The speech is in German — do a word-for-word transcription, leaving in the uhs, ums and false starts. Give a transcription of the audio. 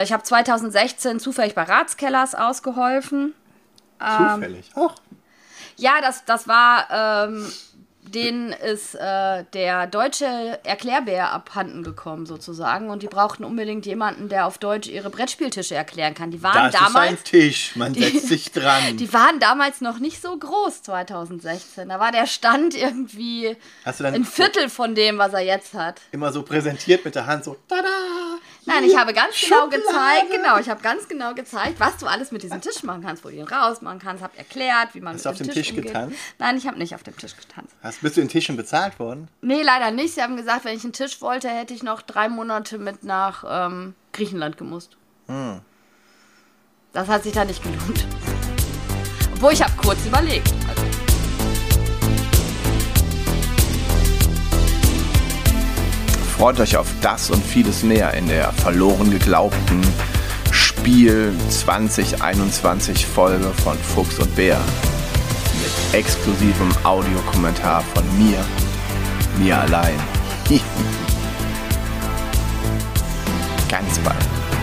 Ich habe zwanzig sechzehn zufällig bei Ratskellers ausgeholfen. Zufällig? Ähm, Ach. Ja, das, das war, ähm, denen ist äh, der deutsche Erklärbär abhanden gekommen sozusagen und die brauchten unbedingt jemanden, der auf Deutsch ihre Brettspieltische erklären kann. Die waren das damals, ist ein Tisch, man die, setzt sich dran. Die waren damals noch nicht so groß, zwanzig sechzehn. Da war der Stand irgendwie Hast du dann ein Viertel von dem, was er jetzt hat. Immer so präsentiert mit der Hand, so tada! Nein, ich habe ganz genau Schublade. gezeigt, genau, ich habe ganz genau gezeigt, was du alles mit diesem Tisch machen kannst, wo du ihn rausmachen kannst, habe erklärt, wie man Hast mit du dem auf dem Tisch Tisch umgeht. getanzt? Nein, ich habe nicht auf dem Tisch getanzt. Hast, bist du in Tischen bezahlt worden? Nee, leider nicht. Sie haben gesagt, wenn ich einen Tisch wollte, hätte ich noch drei Monate mit nach ähm, Griechenland gemusst. Hm. Das hat sich da nicht gelohnt. Obwohl, ich habe kurz überlegt. Also. Freut euch auf das und vieles mehr in der verloren geglaubten Spiel zwanzig einundzwanzig Folge von Fuchs und Bär. Mit exklusivem Audiokommentar von mir, mir allein. Ganz bald.